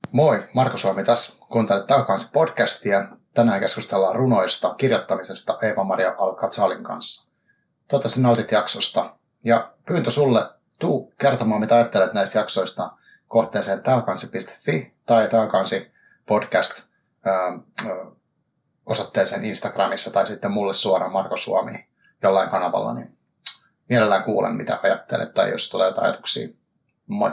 Moi, Marko Suomi tässä. Kuuntelet Taukansi podcastia. Tänään keskustellaan runoista, kirjoittamisesta Eeva-Maria Al-Khatsalin kanssa. Toivottavasti nautit jaksosta. Ja pyyntö sulle, tuu kertomaan mitä ajattelet näistä jaksoista kohteeseen taukansi.fi tai Taukansi podcast osoitteeseen Instagramissa tai sitten mulle suoraan Marko Suomi jollain kanavalla. Niin mielellään kuulen mitä ajattelet tai jos tulee jotain ajatuksia. Moi!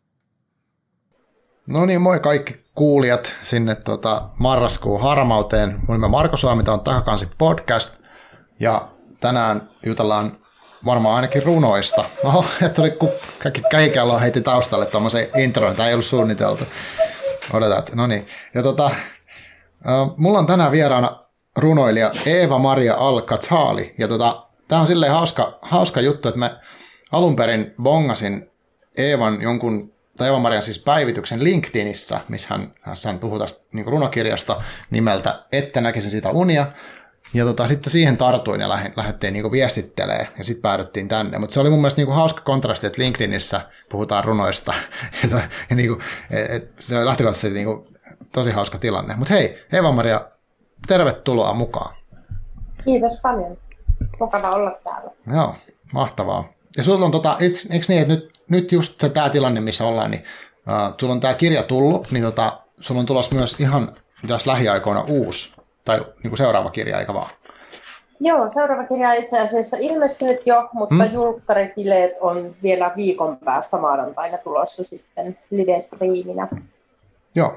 No niin, moi kaikki kuulijat sinne marraskuun harmauteen. Mun nimi on Marko Suomi, tämä on Taukansi podcast ja tänään jutellaan varmaan ainakin runoista. Oho, tuli kaikki kähikello heitti taustalle tuommoisen intron, tämä ei ollut suunniteltu. Odotat, no niin. Ja mulla on tänään vieraana runoilija Eeva-Maria Al-Khatsali ja tämä on silleen hauska juttu, että mä alun perin bongasin Eevan Eeva-Marian siis päivityksen LinkedInissä, missä hän puhuu tästä niin runokirjasta nimeltä Ette näkisin sitä unia. Ja sitten siihen tartuin ja lähdettiin niin viestittelemään ja sitten päädyttiin tänne. Mutta se oli mun mielestä niin hauska kontrasti, että LinkedInissä puhutaan runoista. ja niin kuin, se oli lähtökohtaisesti niin tosi hauska tilanne. Mutta hei, Eeva-Maria, tervetuloa mukaan. Kiitos paljon. Mukava olla täällä. Joo, mahtavaa. Ja sulla on, eikö niin, että nyt just tämä tilanne, missä ollaan, niin sulla on tämä kirja tullut, niin sulla on tulossa myös ihan tässä lähiaikoina uusi, tai niin kuin seuraava kirja, eikä vaan? Joo, seuraava kirja on itse asiassa ilmestynyt jo, mutta julkkaribileet on vielä viikon päästä maanantaina tulossa sitten live-striiminä. Joo.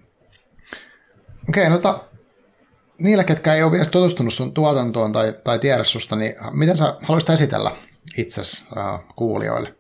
Okei, niillä, ketkä ei ole vielä tutustunut sun tuotantoon tai tiedä susta, niin miten sä haluaisit esitellä itsesi kuulijoille?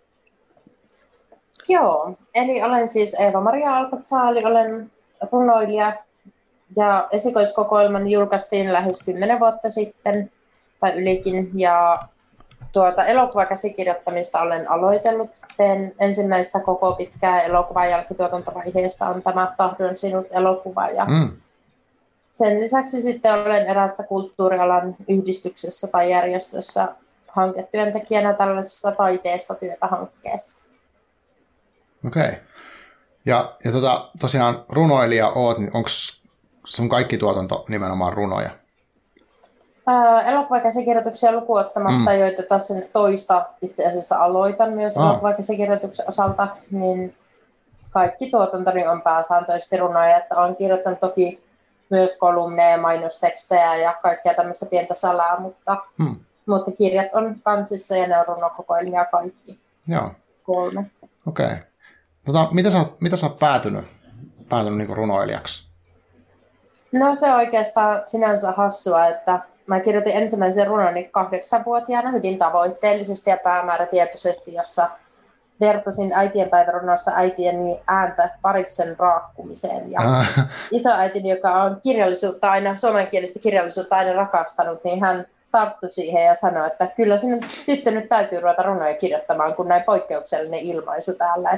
Joo, eli olen siis Eeva-Maria Al-Khatsali, olen runoilija ja esikoiskokoelman julkaistiin lähes 10 vuotta sitten tai ylikin ja elokuvakäsikirjoittamista olen aloitellut. Teen ensimmäistä koko pitkää elokuvan jälkituotantovaiheessa on tämä Tahdon sinut -elokuva ja sen lisäksi sitten olen eräässä kulttuurialan yhdistyksessä tai järjestössä hanketyöntekijänä tällaisessa taiteesta työtä hankkeessa. Okei. Ja tosiaan runoilija oot, niin onko sun kaikki tuotanto nimenomaan runoja? Elokuvakäsikirjoituksia lukuun ottamatta, joita tässä nyt toista itse asiassa aloitan myös elokuvakäsikirjoituksen osalta, niin kaikki tuotantoni on pääsääntöisesti runoja, että olen kirjoittanut toki myös kolumneja, mainostekstejä ja kaikkea tämmöistä pientä salaa, mutta kirjat on kansissa ja ne on runokokoelmia kaikki. Joo. 3. Okei. Mitä sä oot päätynyt niin runoilijaksi? No se on oikeastaan sinänsä hassua, että mä kirjoitin ensimmäisen runoni 8-vuotiaana hyvin tavoitteellisesti ja päämäärätietoisesti, jossa vertasin äitienpäivärunossa äitieni ääntä pariksen raakkumiseen. Ja isoäitini, joka on suomenkielistä kirjallisuutta aina rakastanut, niin hän tarttui siihen ja sanoi, että kyllä sinun tyttö nyt täytyy ruveta runoja kirjoittamaan, kun näin poikkeuksellinen ilmaisu täällä.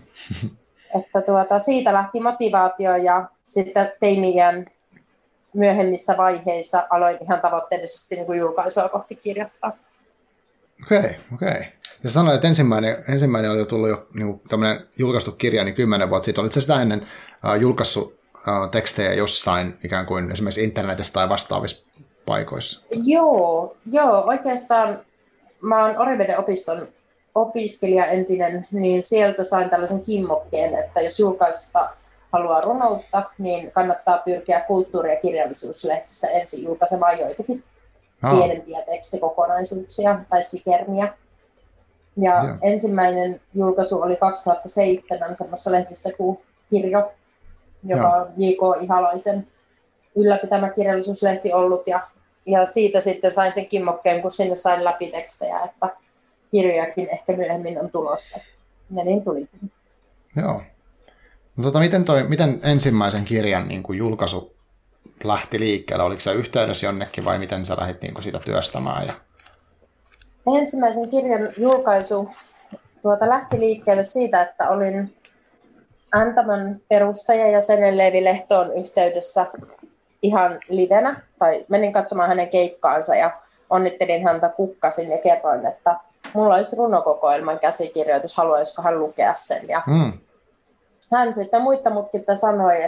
Että siitä lähti motivaatio ja sitten teini-iän myöhemmissä vaiheissa aloin ihan tavoitteellisesti niin kuin julkaisua kohti kirjoittaa. Okei. Ja sanoit, että ensimmäinen oli jo tullut jo niin tämmöinen julkaistu kirja niin 10 vuotta sitten. Olitko sitä ennen julkaissut tekstejä jossain ikään kuin esimerkiksi internetissä tai vastaavissa paikoissa? Joo, oikeastaan mä oon Oriveden opiston opiskelija entinen, niin sieltä sain tällaisen kimmokkeen, että jos julkaisusta haluaa runoutta, niin kannattaa pyrkiä kulttuuri- ja kirjallisuuslehdissä ensin julkaisemaan joitakin pienempiä tekstikokonaisuuksia tai sikermiä. Ja ensimmäinen julkaisu oli 2007 semmoisessa lehdissä kuin Kirjo, joka on J.K. Ihalaisen ylläpitämä kirjallisuuslehti ollut. Ja siitä sitten sain sen kimmokkeen, kun sinne sain läpitekstejä, että kirjojakin ehkä myöhemmin on tulossa. Ja niin tuli. Joo. No, miten ensimmäisen kirjan niin kuin julkaisu lähti liikkeelle? Oliko se yhteydessä jonnekin vai miten sä lähdit niin kuin sitä työstämään? Ensimmäisen kirjan julkaisu lähti liikkeelle siitä, että olin Antaman perustajajäsenen Leevi Lehtoon yhteydessä ihan livenä, tai menin katsomaan hänen keikkaansa ja onnittelin häntä, kukkasin ja kerroin, että mulla olisi runokokoelman käsikirjoitus, haluaisiko hän lukea sen. Ja hän sitten muitta mutkitta sanoi,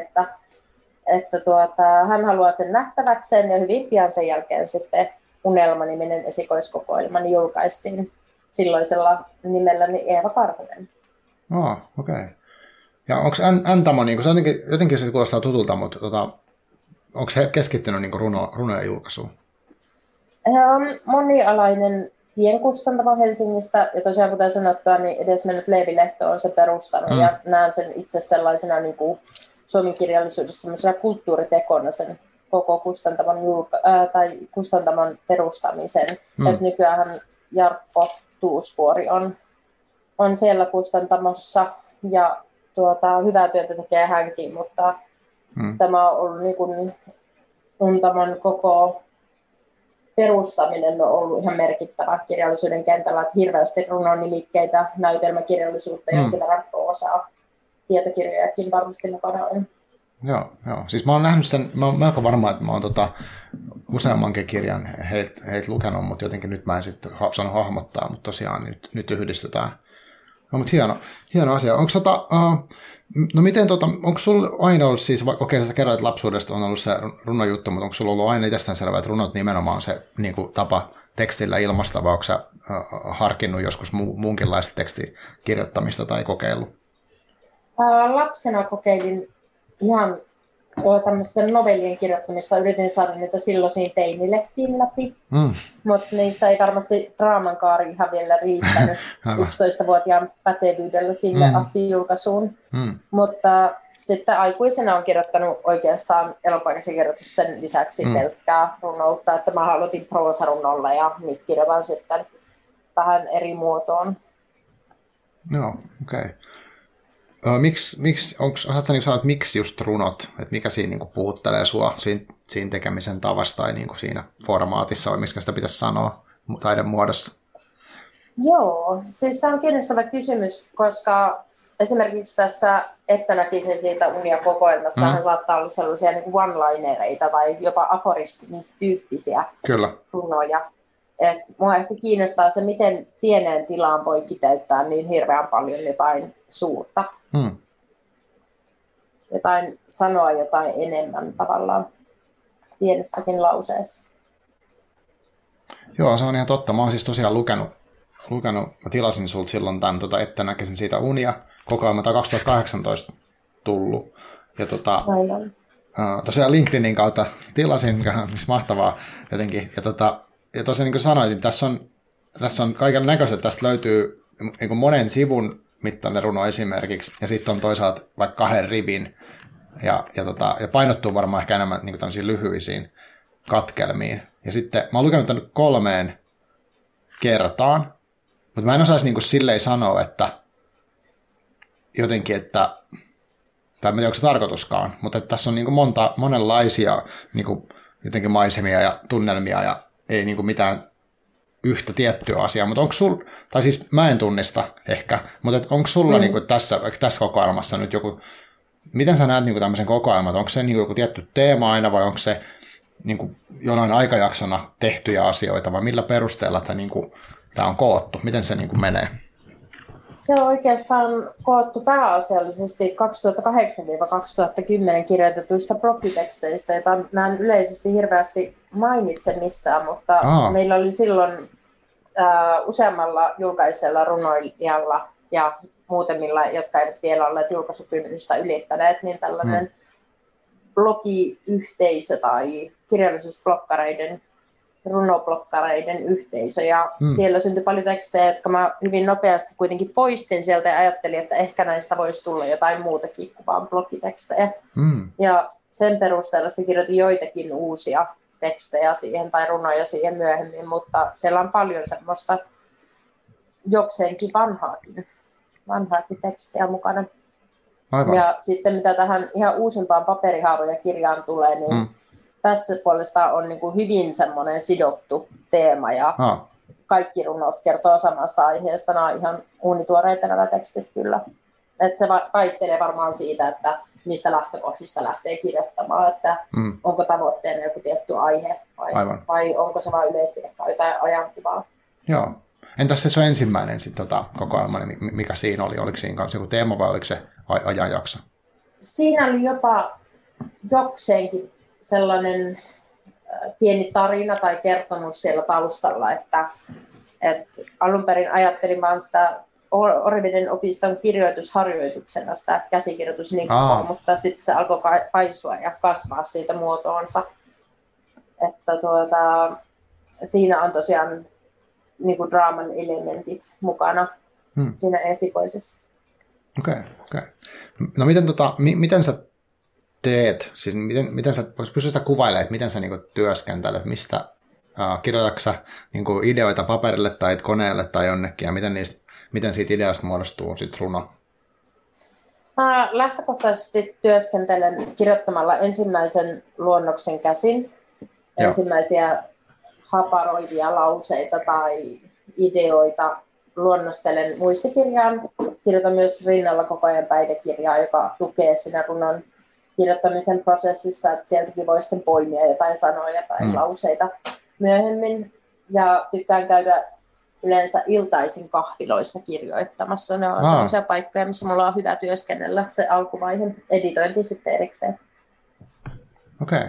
että hän haluaa sen nähtäväkseen, ja hyvin pian sen jälkeen sitten Unelma-niminen esikoiskokoelma julkaistiin silloisella nimelläni Eeva Karhunen. Okei. Okay. Ja onko Antamo, niin se jotenkin se kuulostaa tutulta, mutta onko he keskittynyt niin runojen julkaisuun? He on monialainen pienkustantamo Helsingistä, ja tosiaan kuten sanottua, niin edesmennyt Leevi Lehto on se perustanut, ja näen sen itse sellaisena niin kuin Suomen kirjallisuudessa sellaisena kulttuuritekona sen koko kustantamon perustamisen. Et nykyään Jarkko Tuusvuori on siellä kustantamossa, ja hyvää työtä tekee hänkin, mutta tämä on ollut niin kuin Untamon koko perustaminen on ollut ihan merkittävä kirjallisuuden kentällä, että hirveästi runonimikkeitä, näytelmäkirjallisuutta, jonkin verran proosaa, tietokirjojakin varmasti mukana on. Joo. Siis mä oon nähnyt sen, mä oon melko varma, että mä oon useammankin kirjan heiltä lukenut, mutta jotenkin nyt mä en sitten saanut hahmottaa, mutta tosiaan nyt yhdistetään. No, mutta hieno asia. Onko no miten onko sulla aina ollut siis, okei sä kerroit lapsuudesta on ollut se runojuttu, mutta onko sulla ollut aina itsestäänselvää, että runot nimenomaan se niin kuin, tapa tekstillä ilmaista, vai onko sä harkinnut joskus muunkinlaista tekstikirjoittamista tai kokeillut? Lapsena kokeilin ihan tämmöistä novellien kirjoittamista, yritin saada niitä silloisiin teinilehtiin läpi, mutta niissä ei varmasti draaman kaari ihan vielä riittänyt 11-vuotiaan pätevyydellä sinne asti julkaisuun, mutta sitten aikuisena on kirjoittanut oikeastaan elokuvakäsikirjoitusten lisäksi pelkkää runoutta, että mä aloitin proosarunolla ja nyt kirjoitan sitten vähän eri muotoon. Joo, okei. Osaatko sanoa, että miksi just runot, että mikä siinä niin puhuttelee sua siinä tekemisen tavasta tai niin siinä formaatissa, vai miksi sitä pitäisi sanoa taiden muodossa? Joo, siis se on kiinnostava kysymys, koska esimerkiksi tässä Että näkisin siitä unia -kokoelmassa saattaa olla sellaisia niin kuin one-linereita tai jopa aforismityyppisiä runoja. Mua ehkä kiinnostaa se, miten pieneen tilaan voi kiteyttää niin hirveän paljon jotain suurta. Sanoa jotain enemmän tavallaan pienessäkin lauseessa. Joo, se on ihan totta. Mä oon siis tosiaan lukenut mä tilasin sulta silloin tämän, Että näkisin siitä unia -kokoelma, tai 2018 tullut. Ja tosiaan LinkedInin kautta tilasin, mikä on mahtavaa jotenkin. Ja tosiaan niin kuin sanoit, niin tässä on kaiken näköiset, tästä löytyy niin kuin monen sivun mittainen runo esimerkiksi, ja sitten on toisaalta vaikka 2 rivin, ja painottuu varmaan ehkä enemmän niin kuin tämmöisiin lyhyisiin katkelmiin. Ja sitten mä oon lukenut tämän 3 kertaan, mutta mä en osaisi niin kuin silleen sanoa, että jotenkin, että tai en tiedä, onko se tarkoituskaan, mutta että tässä on niin kuin monenlaisia niin kuin jotenkin maisemia ja tunnelmia, ja ei niin kuin mitään yhtä tiettyä asiaa, mutta onko sulla, tai siis mä en tunnista ehkä, mutta onko sulla niin kuin tässä kokoelmassa nyt joku, miten sä näet niin kuin tämmöisen kokoelman, onko se niin kuin joku tietty teema aina, vai onko se niin kuin jonain aikajaksona tehtyjä asioita, vai millä perusteella tämä on koottu, miten se niin kuin menee? Se on oikeastaan koottu pääasiallisesti 2008-2010 kirjoitetuista blogiteksteistä, joita mä en yleisesti hirveästi mainitse missään, mutta meillä oli silloin useammalla julkaisella runoilijalla ja muutamilla, jotka eivät vielä olleet julkaisukynnystä ylittäneet, niin tällainen blogiyhteisö tai kirjallisuusblokkareiden, runoblokkareiden yhteisö, ja siellä syntyi paljon tekstejä, jotka mä hyvin nopeasti kuitenkin poistin sieltä ja ajattelin, että ehkä näistä voisi tulla jotain muutakin kuin vaan blogitekstejä. Ja sen perusteella sitten kirjoitin joitakin uusia tekstejä siihen tai runoja siihen myöhemmin, mutta siellä on paljon semmoista jokseenkin vanhaakin tekstejä mukana. Aivan. Ja sitten mitä tähän ihan uusimpaan paperihaavoja-kirjaan tulee, niin tässä puolestaan on niin kuin hyvin semmoinen sidottu teema, ja kaikki runot kertoo samasta aiheesta. Nämä on ihan uunituoreita nämä tekstit kyllä. Et se vaihtelee varmaan siitä, että mistä lähtökohdista lähtee kirjoittamaan, että onko tavoitteena joku tietty aihe vai onko se vain yleisesti ehkä jotain ajankuvaa. Joo. Entäs se on ensimmäinen kokoelma, niin mikä siinä oli? Oliko siinä kanssa joku teema vai oliko se ajanjakso? Siinä oli jopa jokseenkin sellainen pieni tarina tai kertomus siellä taustalla, että alun perin ajattelin vaan sitä Oriveden opiston kirjoitusharjoituksena sitä käsikirjoitusnikkoa, mutta sitten se alkoi paisua ja kasvaa siitä muotoonsa. Että siinä on tosiaan niin kuin draaman elementit mukana siinä esikoisessa. Okei. No miten sä teet, siis miten sä pystyt sitä kuvailemaan, että miten sä niinku työskentelet, mistä kirjoitatko sä niinku ideoita paperille tai koneelle tai jonnekin, ja miten siitä ideasta muodostuu sit runo? Lähtökohtaisesti työskentelen kirjoittamalla ensimmäisen luonnoksen käsin, ensimmäisiä haparoivia lauseita tai ideoita luonnostelen muistikirjaan. Kirjoitan myös rinnalla koko ajan päiväkirjaa, joka tukee siinä runon kirjoittamisen prosessissa, että sieltäkin voi sitten poimia jotain sanoja tai lauseita myöhemmin. Ja tykkään käydä yleensä iltaisin kahviloissa kirjoittamassa. Ne on sellaisia paikkoja, missä mulla on hyvä työskennellä se alkuvaiheen editointi sitten erikseen. Okei.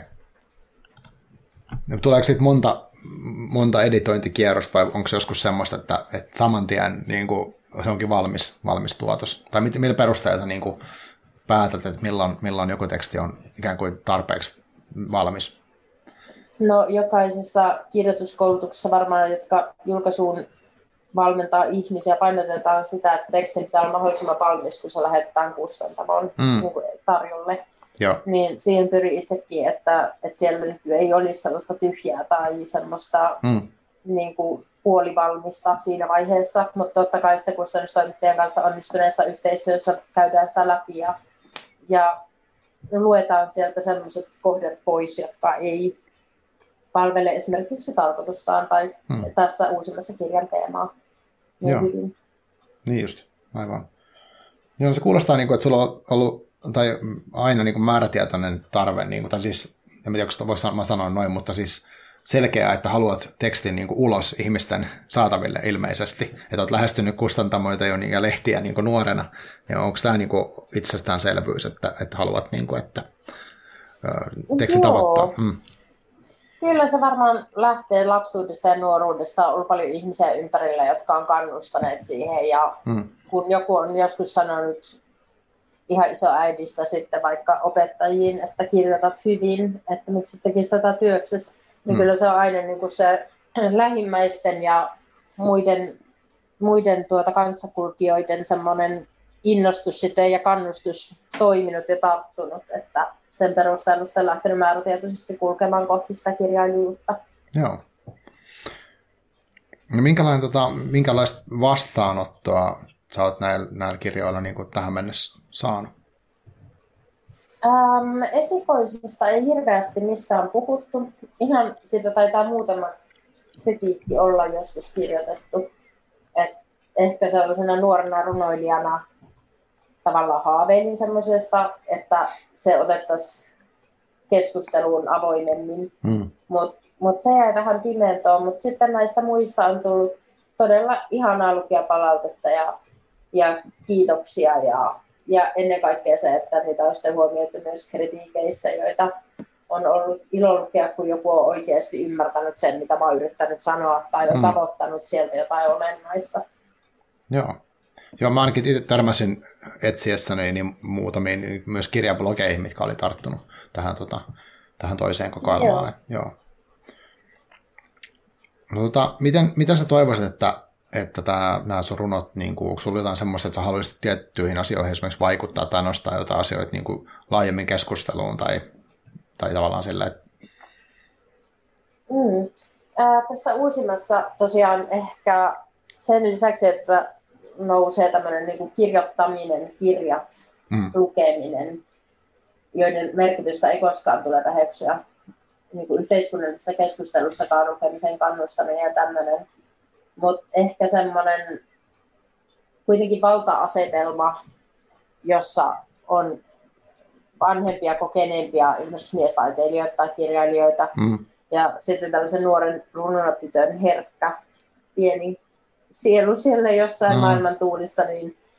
Tuleeko sitten monta editointikierrosta vai onko se joskus semmoista, että saman tien niin kuin, se onkin valmis tuotos? Tai millä perusteella sä niin kuin päätät, että milloin joku teksti on ikään kuin tarpeeksi valmis? No jokaisessa kirjoituskoulutuksessa varmaan, jotka julkaisuun valmentaa ihmisiä, painotetaan sitä, että tekstin pitää olla mahdollisimman valmis, kun se lähetetään kustantamoon niin kuin tarjolle. Joo. Niin siihen pyrin itsekin, että siellä nyt ei olisi sellaista tyhjää tai semmoista niin kuin puolivalmista siinä vaiheessa, mutta totta kai sitten kustannustoimittajan kanssa onnistuneessa yhteistyössä käydään sitä läpi ja luetaan sieltä sellaiset kohdat pois, jotka ei palvele esimerkiksi tarkoitustaan tai tässä uusimmassa kirjan teemaa. Joo. Hyvin. Niin just, aivan. Joo, se kuulostaa, niin kuin, että sulla on ollut tai aina niin kuin määrätietoinen tarve, niin kuin, tai siis, en tiedä, onko mä sanoin noin, mutta siis selkeää, että haluat tekstin niin kuin ulos ihmisten saataville ilmeisesti, että olet lähestynyt kustantamoita jo ja lehtiä niin kuin nuorena, ja onko tämä niin kuin itsestäänselvyys, että haluat, niin kuin, että teksti tavoittaa? Kyllä se varmaan lähtee lapsuudesta ja nuoruudesta. On ollut paljon ihmisiä ympärillä, jotka on kannustaneet siihen, ja kun joku on joskus sanonut ihan isoäidistä sitten vaikka opettajiin, että kirjoitat hyvin, että miksi tekisi tätä työksessä, niin kyllä se on aina niin kuin se lähimmäisten ja muiden kanssakulkijoiden semmoinen innostus sitten ja kannustus toiminut ja tarttunut, että sen perusteella sitten lähtenyt määrätietoisesti kulkemaan kohti sitä kirjailijuutta. Joo. No minkälaista vastaanottoa sä oot näillä kirjoilla niin kuin tähän mennessä saanut? Esikoisista ei hirveästi missään puhuttu. Ihan siitä taitaa muutama kritiikki olla joskus kirjoitettu. Et ehkä sellaisena nuorena runoilijana tavallaan haaveilin semmoisesta, että se otettaisiin keskusteluun avoimemmin. Mutta se jäi vähän pimentoon. Mutta sitten näistä muista on tullut todella ihanaa lukea palautetta ja kiitoksia ja ennen kaikkea se, että niitä on sitten huomioitu myös kritiikeissä, joita on ollut ilo lukea, kun joku on oikeasti ymmärtänyt sen, mitä mä oon yrittänyt sanoa tai on tavoittanut sieltä jotain olennaista. Joo, mä ainakin itse törmäsin etsiessäni niin muutamiin myös kirjablogeihin, mitkä oli tarttunut tähän toiseen kokoelmaan. Joo. No, miten sä toivoisit, että nämä sun runot, niin kuin, onko sulla jotain semmoista, että sä haluaisit tiettyihin asioihin esimerkiksi vaikuttaa tai nostaa jotain asioita niin kuin laajemmin keskusteluun tai tavallaan sillä, että... Tässä uusimmassa tosiaan ehkä sen lisäksi, että nousee tämmöinen niin kuin kirjoittaminen, kirjat, lukeminen, joiden merkitystä ei koskaan tule väheksyä. Niin kuin yhteiskunnallisessa keskustelussakaan lukemisen kannustaminen ja tämmöinen. Mutta ehkä semmoinen kuitenkin valta-asetelma, jossa on vanhempia, kokeneempia, esimerkiksi miestaiteilijoita tai kirjailijoita, ja sitten tällaisen nuoren runotytön herkkä, pieni sielu siellä jossain maailman tuulissa, niin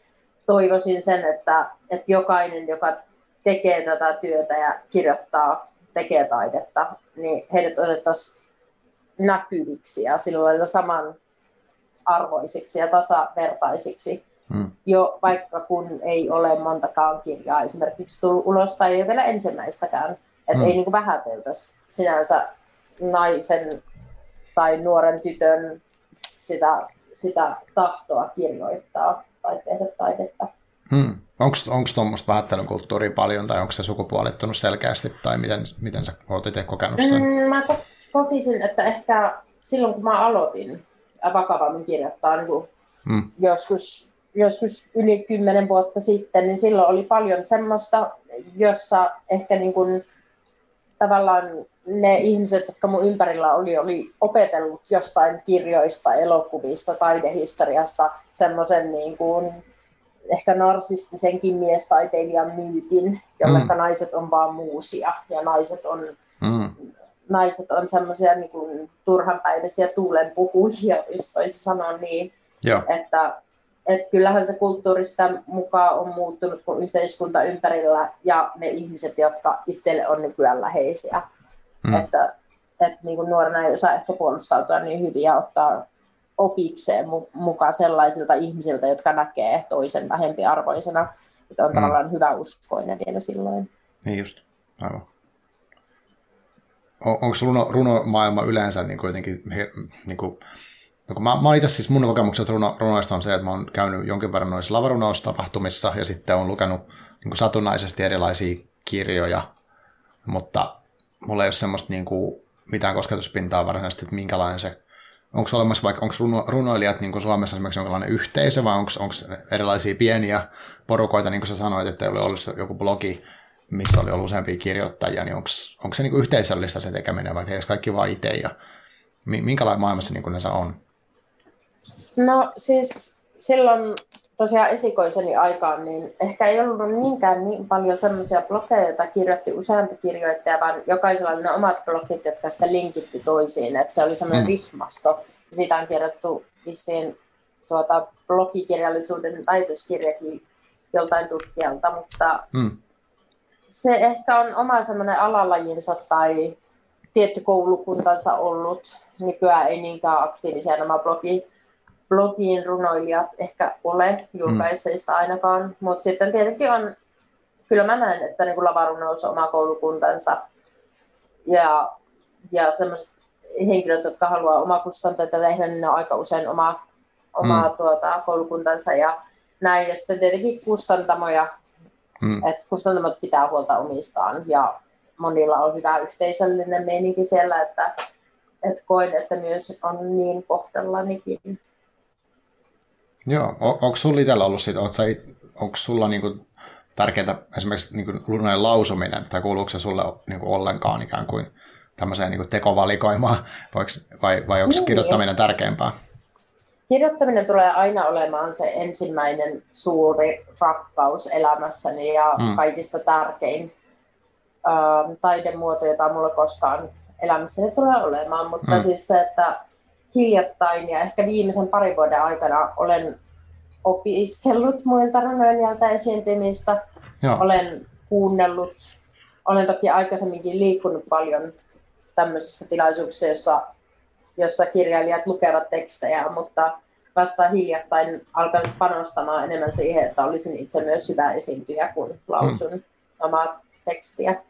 toivoisin sen, että jokainen, joka tekee tätä työtä ja kirjoittaa, tekee taidetta, niin heidät otettaisiin näkyviksi ja sillä lailla samanarvoisiksi ja tasavertaisiksi. Jo vaikka kun ei ole montakaan kirjaa esimerkiksi tullut ulos tai ei ole vielä ensimmäistäkään. Että ei niin kuin vähäteltäisi sinänsä naisen tai nuoren tytön sitä tahtoa kirjoittaa tai tehdä taidetta. Onko tuommoista vähättelyn kulttuuria paljon tai onko se sukupuolittunut selkeästi tai miten sä olet itse kokenut sen? Mä kokisin, että ehkä silloin kun mä aloitin vakavammin kirjoittaa niin kuin joskus yli 10 vuotta sitten, niin silloin oli paljon semmoista, jossa ehkä niin kuin tavallaan ne ihmiset, jotka mun ympärillä oli opetellut jostain kirjoista, elokuvista, taidehistoriasta semmoisen niin kuin ehkä narsisttisenkin miestaiteilijan myytin, jolleka naiset on vaan muusia ja naiset on semmoisia niin kuin turhanpäiväisiä tuulenpuhujia, jos voisi sanoa niin. Että kyllähän se kulttuuri sitä mukaan on muuttunut kuin yhteiskunta ympärillä ja ne ihmiset, jotka itselle on nykyään läheisiä. Että niin kuin nuorena ei osaa ehkä puolustautua niin hyvin ja ottaa opikseen mukaan sellaisilta ihmisiltä, jotka näkee toisen vähempiarvoisena. Että on tavallaan hyvä uskoinen vielä silloin. Niin just, aivan. Onko runomaailma yleensä niin kuin jotenkin... Niin kuin, mä oon itse siis mun kokemukset runoista on se, että mä oon käynyt jonkin verran noissa lavarunoustapahtumissa ja sitten oon lukenut niin kuin satunnaisesti erilaisia kirjoja, mutta mulla ei ole semmoista niin kuin mitään kosketuspintaa varsinaisesti, että minkälainen se, onko olemassa vaikka, onko runoilijat niin kuin Suomessa esimerkiksi jonkinlainen yhteisö vai onko erilaisia pieniä porukoita, niin kuin sä sanoit, että ei ole ollut joku blogi, missä oli ollut useampia kirjoittajia, niin onko se niin kuin yhteisöllistä se tekeminen vai tehdään kaikki vaan itse ja minkälainen maailmassa niin kuin ne on? No siis silloin tosiaan esikoiseni aikaan, niin ehkä ei ollut niinkään niin paljon semmoisia blogeja, joita kirjoitti useampi kirjoittaja, vaan jokaisella oli ne omat blogit, jotka sitten linkitti toisiin. Että se oli semmoinen rihmasto. Siitä on kirjoittu vissiin blogikirjallisuuden väitöskirjakin joltain tutkijalta, mutta se ehkä on oma semmoinen alalajinsa tai tietty koulukuntansa ollut. Nykyään ei niinkään aktiivisia nämä blogiin runoilijat ehkä ole julkaisseista ainakaan, mutta sitten tietenkin on, kyllä mä näen, että niin kuin lavarunous on oma koulukuntansa ja semmoiset henkilöt, jotka haluaa omakustanteita tehdä, niin ne on aika usein omaa koulukuntansa ja näin, ja sitten tietenkin kustantamoja, että kustantamot pitää huolta omistaan ja monilla on hyvä yhteisöllinen meininki siellä, että koen, että myös on niin kohdallanikin. Joo, onko sulla itsellä ollut siitä, onko sulla niinku tärkeää esimerkiksi niinku runojen lausuminen, tai kuuluuko se sulle niinku ollenkaan ikään kuin tämmöiseen niinku tekovalikoimaan, vai onko kirjoittaminen tärkeämpää? Kirjoittaminen tulee aina olemaan se ensimmäinen suuri rakkaus elämässäni ja kaikista tärkein taidemuoto, jota mulla koskaan elämässäni tulee olemaan, mutta siis se, että hiljattain ja ehkä viimeisen parin vuoden aikana olen opiskellut muilta runoilijalta esiintymistä. Joo. Olen kuunnellut, olen toki aikaisemminkin liikkunut paljon tämmöisissä tilaisuuksissa, jossa kirjailijat lukevat tekstejä, mutta vasta hiljattain alkanut panostamaan enemmän siihen, että olisin itse myös hyvä esiintyjä, kun lausun omaa tekstiä.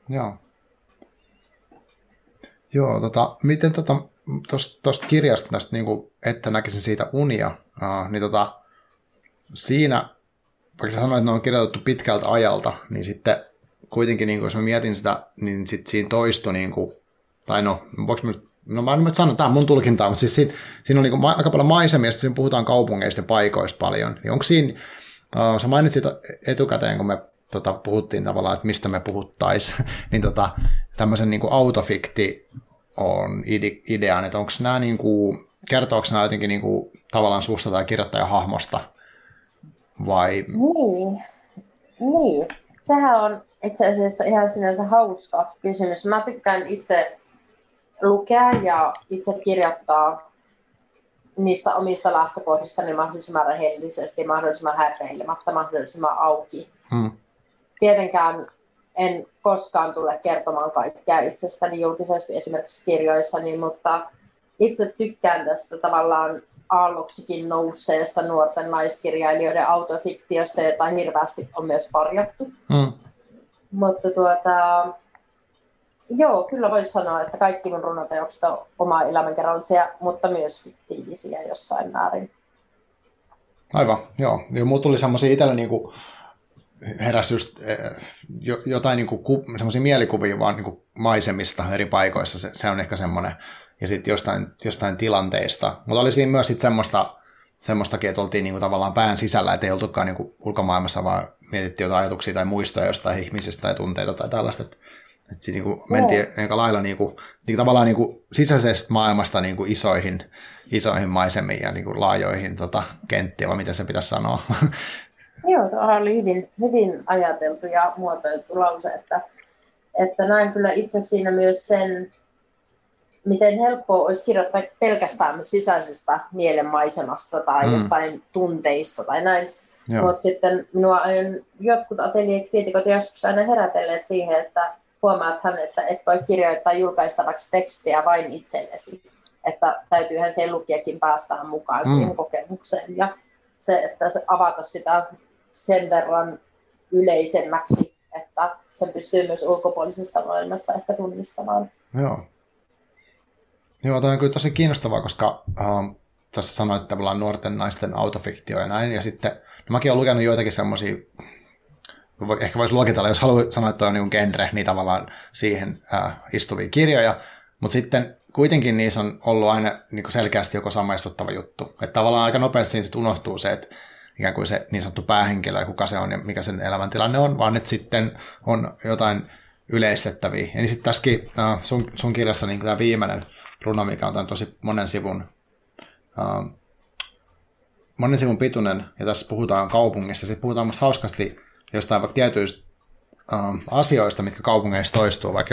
Joo, miten tuosta kirjasta, tästä, niin että näkisin siitä unia, niin siinä, vaikka sä sanoit, että ne on kirjoitettu pitkältä ajalta, niin sitten kuitenkin, niin jos mä mietin sitä, niin sitten siinä toistui, niin kuin, tai mä en nyt sano, tämä on mun tulkintaa, mutta siis siinä on niin kuin aika paljon maisemia, siinä puhutaan kaupungeista ja paikoista paljon, niin onko siinä, sä mainitsit etukäteen, kun me puhuttiin tavallaan, että mistä me puhuttaisiin, niin tämmöisen niin kuin autofikti on idean, että onko nämä, niin kuin, kertooko nämä jotenkin niin kuin, tavallaan susta tai kirjoittajahahmosta, vai? Niin. Sehän on itse asiassa ihan sinänsä hauska kysymys. Mä tykkään itse lukea ja itse kirjoittaa niistä omista lähtökohdista niin mahdollisimman rehellisesti, mahdollisimman häpeilemättä, mahdollisimman auki. Tietenkään en koskaan tule kertomaan kaikkea itsestäni julkisesti esimerkiksi kirjoissani, mutta itse tykkään tästä tavallaan aalloksikin nousseesta nuorten naiskirjailijoiden autofiktiosta, jota hirveästi on myös parjattu. Mutta joo, kyllä voisi sanoa, että kaikki mun runoteokset on omaa elämänkerrallisia, mutta myös fiktiivisiä jossain määrin. Aivan, joo. Mulla tuli semmoisia itsellä niinku heräsi just jotain niinku semmoisia mielikuvia vaan niinku maisemista eri paikoissa. Se on ehkä semmoinen. Ja sitten jostain tilanteista. Mutta oli siinä myös sit semmoistakin, että oltiin niinku tavallaan pään sisällä, että ei oltukaan niinku ulkomaailmassa, vaan mietittiin jotain ajatuksia tai muistoja jostain ihmisistä tai tunteita tai tällaista. Että niinku mentiin aika lailla niinku tavallaan niinku sisäisestä maailmasta niinku isoihin maisemiin ja niinku laajoihin kenttiä, vai miten se pitäisi sanoa. Joo, tuohan oli hyvin ajateltu ja muotoiltu lause, että näin kyllä itse siinä myös sen, miten helppoa olisi kirjoittaa pelkästään sisäisestä mielenmaisemasta tai jostain tunteista tai näin. Mutta sitten minua on jotkut ateljekriitikot joskus aina herätelleet siihen, että huomaathan, että et voi kirjoittaa julkaistavaksi tekstiä vain itsellesi. Että täytyyhän sen lukijakin päästä mukaan siihen kokemukseen. Ja se, että se avata sitä sen verran yleisemmäksi, että sen pystyy myös ulkopuolisesta maailmasta ehkä tunnistamaan. Joo, tämä on kyllä tosi kiinnostavaa, koska tässä sanoit, että tavallaan nuorten naisten autofiktio ja näin, ja sitten, mäkin olen lukenut joitakin semmoisia, ehkä voisi luokitella, jos haluaa sanoa, että on niin genre, niin tavallaan siihen istuvia kirjoja, mutta sitten kuitenkin niissä on ollut aina niin selkeästi joko samaistuttava juttu, että tavallaan aika nopeasti siinä sitten unohtuu se, että ikään kuin se niin sanottu päähenkilö ja kuka se on ja mikä sen elämäntilanne on, vaan että sitten on jotain yleistettäviä. Ja niin sitten tässäkin sun kirjassa niin tämä viimeinen runo, mikä on tosi monen sivun pituinen, ja tässä puhutaan kaupungista. Sitten puhutaan musta hauskasti jostain vaikka tietyistä asioista, mitkä kaupungeissa toistuu, vaikka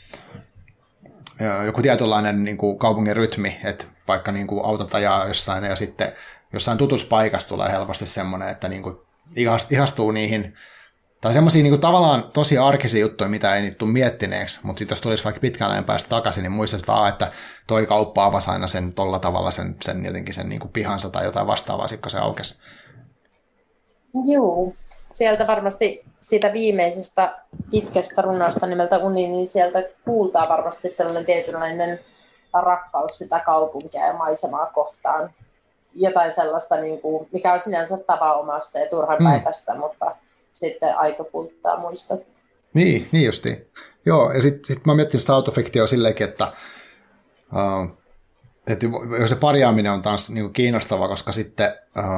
joku tietynlainen niin kuin kaupungin rytmi, että vaikka niin kuin autot ajaa jossain, ja sitten jossain tutussa paikassa tulee helposti semmoinen, että niin kuin ihastuu niihin, tai semmoisia niin kuin tavallaan tosi arkisia juttuja, mitä ei niitä tule miettineeksi, mutta sitten jos tulisi vaikka pitkään ajan päästä takaisin, niin muistaa, että toi kauppa avasi aina sen tolla tavalla sen jotenkin sen niin kuin pihansa tai jotain vastaavaa, kun se aukesi. Joo, sieltä varmasti siitä viimeisestä pitkästä runosta nimeltä Uni, niin sieltä kuultaa varmasti sellainen tietynlainen rakkaus sitä kaupunkia ja maisemaa kohtaan. Jotain sellaista, niin kuin, mikä on sinänsä tavanomaista ja turhanpäiväistä, mutta sitten aika kuluttaa muistot. Niin justiin. Joo, ja sitten mä miettinyt sitä autofiktioa silleenkin, että se parjaaminen on taas niin kuin kiinnostavaa, koska sitten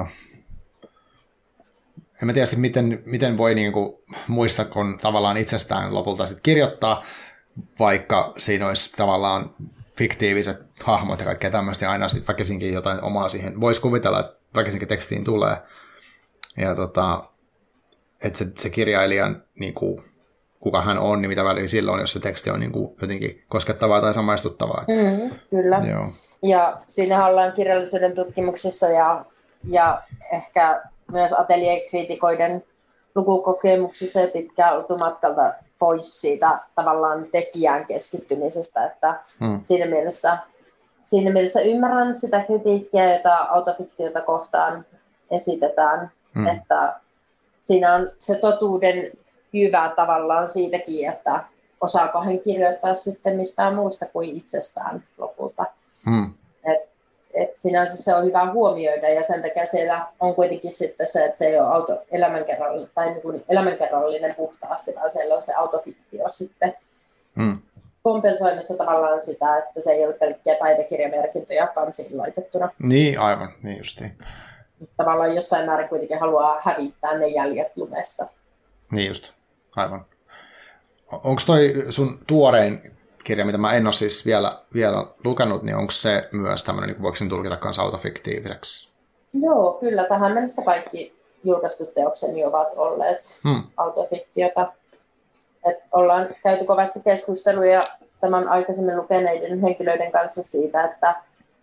en mä tiedä miten voi niin kuin muistaa, kun tavallaan itsestään lopulta sit kirjoittaa, vaikka siinä olisi tavallaan fiktiiviset hahmot ja kaikkea tämmöistä, ja aina sitten väkisinkin jotain omaa siihen. Voisi kuvitella, että väkisinkin tekstiin tulee. Ja että se kirjailijan, niin kuin, kuka hän on, niin mitä väliä silloin, jos se teksti on niin kuin, jotenkin koskettavaa tai samaistuttavaa. Kyllä. Joo. Ja siinä ollaan kirjallisuuden tutkimuksessa ja ehkä myös ateljekriitikoiden lukukokemuksissa jo pitkään oltu matkalta pois siitä tavallaan tekijään keskittymisestä, että siinä mielessä ymmärrän sitä kritiikkiä, jota autofiktiota kohtaan esitetään, että siinä on se totuuden jyvä tavallaan siitäkin, että osaako hän kirjoittaa sitten mistään muusta kuin itsestään lopulta. Et sinänsä se on hyvä huomioida ja sen takia siellä on kuitenkin sitten se, että se ei ole elämänkerrallinen tai niin kuin elämänkerrallinen puhtaasti, vaan siellä on se autofiktio sitten kompensoimassa tavallaan sitä, että se ei ole pelkkiä päiväkirjamerkintöjä kansiin laitettuna. Niin, aivan, niin justiin. Tavallaan jossain määrin kuitenkin haluaa hävittää ne jäljet lumessa. Niin just, aivan. Onko toi sun tuorein kirja, mitä mä en ole siis vielä lukenut, niin onko se myös tämmöinen, niin voiko sen tulkita kanssa autofiktiiviseksi? Joo, kyllä. Tähän mennessä kaikki julkaistut teokseni ovat olleet autofiktiota. Et ollaan käyty kovasti keskusteluja tämän aikaisemmin lukeneiden henkilöiden kanssa siitä, että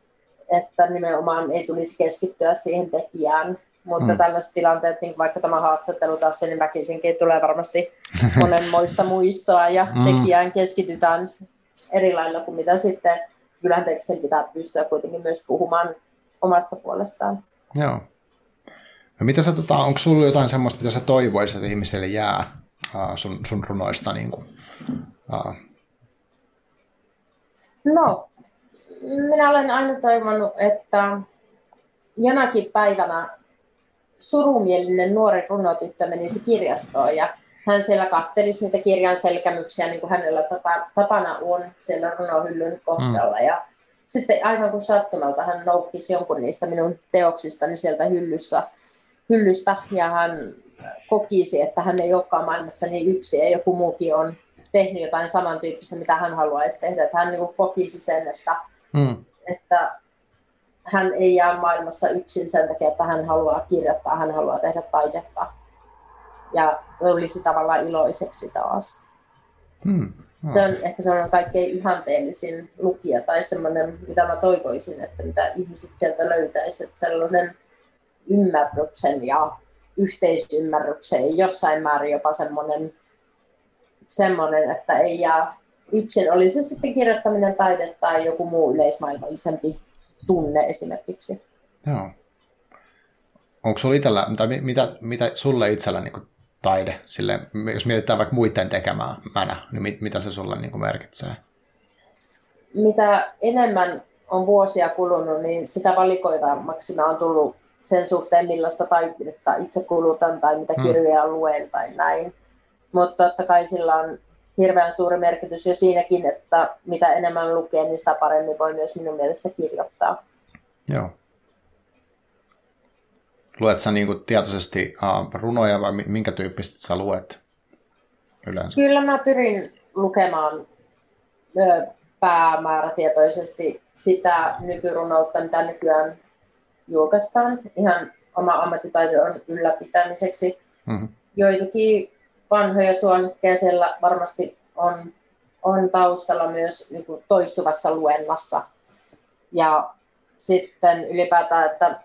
että nimenomaan ei tulisi keskittyä siihen tekijään. Mutta tällaiset tilanteet, niin vaikka tämä haastattelu tässä, niin väkisinkin tulee varmasti monenmoista muistoa ja tekijään keskitytään eri lailla kuin mitä sitten. Kyllähän tekstin pitää pystyä kuitenkin myös puhumaan omasta puolestaan. Joo. No mitä sä, onko sulla jotain semmoista, mitä sä toivoisit, että ihmiselle jää sun runoista? Niin kuin, No, minä olen aina toivonut, että jonakin päivänä surumielinen nuori runotyttö menisi kirjastoon ja hän siellä katselisi niitä kirjan selkämyksiä, niin kuin hänellä tapana on siellä runohyllyn kohdalla. Ja sitten aivan kuin sattumalta hän noukkisi jonkun niistä minun teoksistani sieltä hyllystä ja hän kokisi, että hän ei olekaan maailmassa niin yksin ja joku muukin on tehnyt jotain samantyyppistä, mitä hän haluaisi tehdä. Että hän niin kuin kokisi sen, että hän ei jää maailmassa yksin sen takia, että hän haluaa kirjoittaa, hän haluaa tehdä taidetta. Ja olisi tavallaan iloiseksi taas. Se on ehkä sellainen kaikkein ihanteellisin lukija tai semmoinen, mitä mä toivoisin, että mitä ihmiset sieltä löytäisivät. Sellaisen ymmärryksen ja yhteisymmärryksen, jossain määrin jopa semmoinen, että ei jää yksin. Oli se sitten kirjoittaminen, taide tai joku muu yleismaailmallisempi tunne esimerkiksi. Joo. Onko sulla itsellä, mitä sulle itsellä niin kuin taide, silleen, jos mietitään vaikka muiden tekemää niin mitä se sulle niin kuin merkitsee? Mitä enemmän on vuosia kulunut, niin sitä valikoivammaksi mä oon tullut sen suhteen, millaista taidetta itse kulutan tai mitä kirjoja luen tai näin. Mutta totta kai sillä on hirveän suuri merkitys jo siinäkin, että mitä enemmän lukee, niin sitä paremmin voi myös minun mielestä kirjoittaa. Joo. Luet sä niin kuin tietoisesti runoja vai minkä tyyppistä sä luet yleensä? Kyllä mä pyrin lukemaan päämäärätietoisesti sitä nykyrunoutta, mitä nykyään julkaistaan ihan oma ammattitaidon ylläpitämiseksi. Joitakin vanhoja suosikkeja siellä varmasti on taustalla myös niin kuin toistuvassa luennassa. Ja sitten ylipäätään, että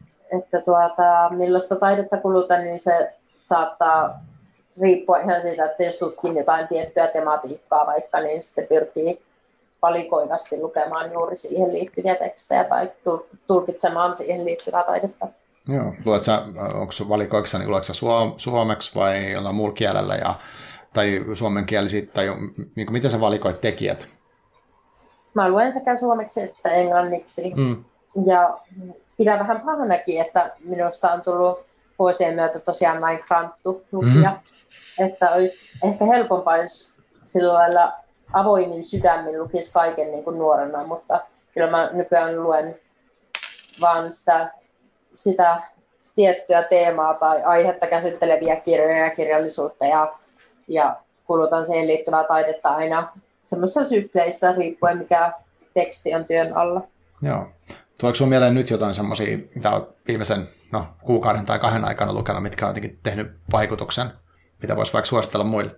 millaista taidetta kulutan, niin se saattaa riippua ihan siitä, että jos tutkin jotain tiettyä tematiikkaa vaikka, niin sitten pyrkii valikoivasti lukemaan juuri siihen liittyviä tekstejä tai tulkitsemaan siihen liittyvää taidetta. Joo, valikoiksi niin luetko suomeksi vai jollain muulla kielellä tai suomenkielisiä, tai niin kuin, miten sä valikoit tekijät? Mä luen sekä suomeksi että englanniksi. Ja pidän vähän pahanakin, että minusta on tullut vuosien myötä tosiaan näin kranttu lukija. Että olisi ehkä helpompaa, jos sillä lailla avoimin sydämin lukisi kaiken niin kuin nuorena, mutta kyllä mä nykyään luen vaan sitä tiettyä teemaa tai aihetta käsitteleviä kirjoja ja kirjallisuutta ja kulutan siihen liittyvää taidetta aina semmoisissa sykleissä riippuen mikä teksti on työn alla. Joo. Tuleeko sinulla mieleen nyt jotain semmoisia, mitä olet viimeisen kuukauden tai 2 aikana lukenut, mitkä on jotenkin tehnyt vaikutuksen, mitä voisi vaikka suositella muille?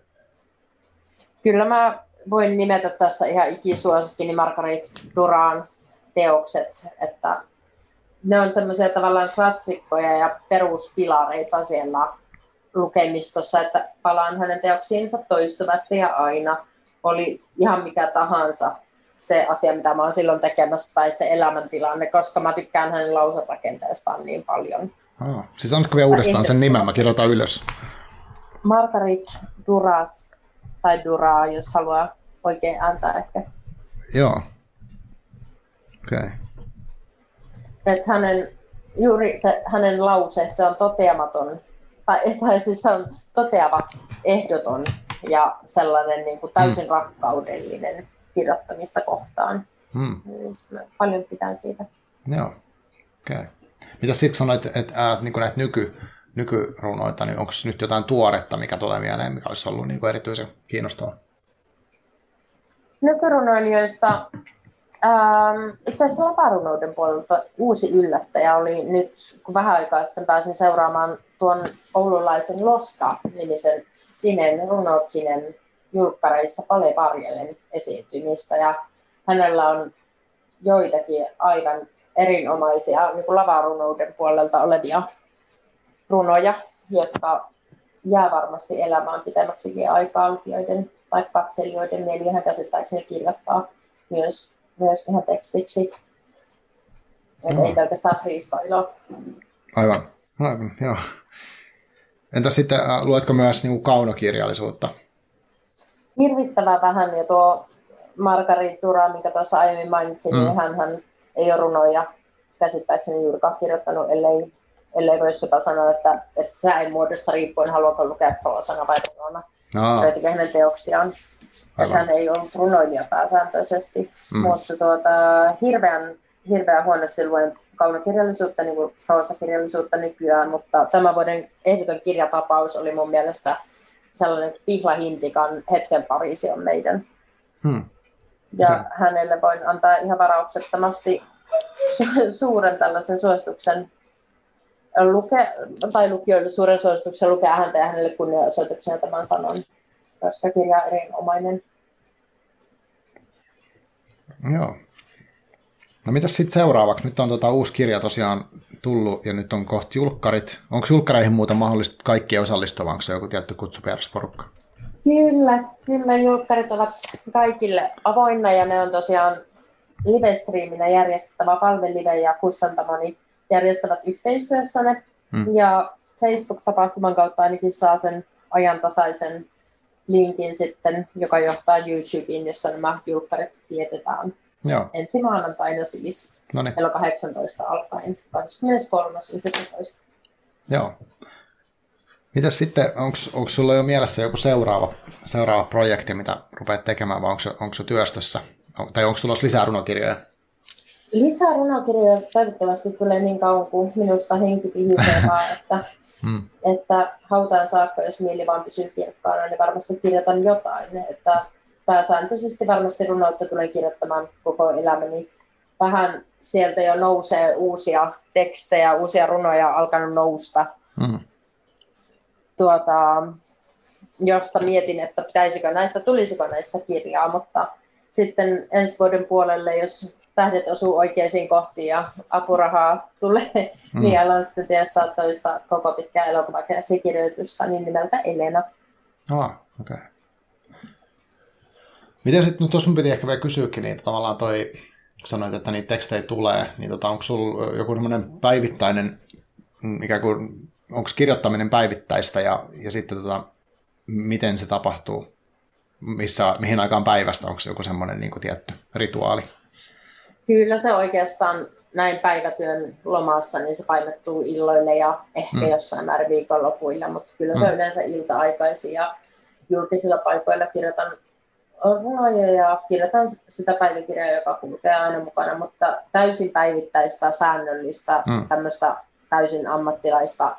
Kyllä mä voin nimetä tässä ihan ikisuosikkini Marguerite Duran teokset, että ne on semmoisia tavallaan klassikkoja ja peruspilareita siellä lukemistossa, että palaan hänen teoksiinsa toistuvasti ja aina. Oli ihan mikä tahansa se asia, mitä mä oon silloin tekemässä tai se elämäntilanne, koska mä tykkään hänen lauserakenteestaan niin paljon. Siis annatko vielä uudestaan sen nimen? Mä kirjoitan ylös. Marguerite Duras tai Duras, jos haluaa oikein ääntä ehkä. Joo. Okei. Okay. Että hänen lause, se on toteamaton, tai siis se on toteava, ehdoton ja sellainen niin kuin täysin rakkaudellinen kirjoittamista kohtaan. Paljon pitää siitä. Joo, okei. Okay. Mitä sitten sanoit, että niin näitä nykyrunoita, niin onko nyt jotain tuoretta, mikä tulee mieleen, mikä olisi ollut niin kuin erityisen kiinnostavaa? Nykyrunoilijoista itse asiassa laparunouden puolelta uusi yllättäjä oli nyt, kun vähän aikaa sitten pääsin seuraamaan tuon oululaisen Loska-nimisen Runot Sinen julkkareissa Pale Varjelen esiintymistä. Ja hänellä on joitakin aivan erinomaisia niin kuin lavarunouden puolelta olevia runoja, jotka jää varmasti elämään pitemmäksikin aikaa lukijoiden tai katselijoiden mieliin. Hän käsittääkseni kirjoittaa myös ihan tekstiksi. Että ei pelkästään freestylea. Aivan, joo. Entä sitten, luetko myös niin kuin kaunokirjallisuutta? Hirvittävän vähän, ja tuo Margarit Tura, minkä tuossa aiemmin mainitsin, niin hän ei ole runoja käsittääkseni juurikaan kirjoittanut, ellei voisi jopa sanoa, että säänmuodosta riippuen haluaako lukea proosana vai runona. Joitakin hänen teoksiaan. Että hän ei ollut runoilija pääsääntöisesti, mutta hirveän huonosti luen kaunokirjallisuutta, niin kuin proosakirjallisuutta nykyään, mutta tämän vuoden ehdoton kirjatapaus oli mun mielestä sellainen Pihla Hintikan Hetken Pariisi on meidän. Ja hänelle voin antaa ihan varauksettomasti suuren tällaisen suosituksen lukijoille suuren suosituksen lukea häntä ja hänelle kunnianosoituksena tämän sanon, koska kirja on erinomainen. Joo. No mitäs sitten seuraavaksi? Nyt on uusi kirja tosiaan tullut ja nyt on kohta julkkarit. Onko julkkareihin muuta mahdollista kaikkien osallistua, onko se joku tietty kutsuperäsporukka? Kyllä julkkarit ovat kaikille avoinna ja ne on tosiaan live-striiminä järjestettävä Palve Live ja Kustantamoni järjestävät yhteistyössä ne. Ja Facebook-tapahtuman kautta ainakin saa sen ajantasaisen linkin sitten, joka johtaa YouTubeen, jossa nämä julkkarit vietetään. Joo. Ensi maanantaina siis, kello 18 alkaen, 23.11. Joo. Mitäs sitten, onko sulla jo mielessä joku seuraava projekti, mitä rupeat tekemään, vai onko se työstössä? Tai onko tulossa lisää runokirjoja? Lisää runokirjoja toivottavasti tulee niin kauan kuin minusta henki pihisee vaan, että hautaan saakka, jos mieli vaan pysyy kirkkaana, niin varmasti kirjoitan jotain. Että pääsääntöisesti varmasti runoutta tulee kirjoittamaan koko elämäni. Vähän sieltä jo nousee uusia tekstejä, uusia runoja alkanut nousta, josta mietin, että tulisiko näistä kirjaa, mutta sitten ensi vuoden puolelle, jos tähdet osuu oikeisiin kohtiin ja apurahaa tulee, niin alan sitten työstää toista koko pitkää elokuvakäsikirjoitusta niin nimeltä Elena. Okei. Miten sitten, tuossa mun piti ehkä vielä kysyäkin, niin tavallaan sanoit, että niitä tekstejä tulee, niin onko sulla joku semmoinen päivittäinen, ikään kuin, onko kirjoittaminen päivittäistä ja sitten miten se tapahtuu, mihin aikaan päivästä, onko se joku semmoinen niin kuin tietty rituaali? Kyllä se oikeastaan näin päivätyön lomassa, niin se painottuu illoille ja ehkä jossain määrin viikonlopuilla, mutta kyllä se on yleensä ilta-aikaisin ja julkisilla paikoilla kirjoitan runoja ja kirjoitan sitä päiväkirjaa, joka kulkee aina mukana, mutta täysin päivittäistä, säännöllistä, tämmöistä täysin ammattilaista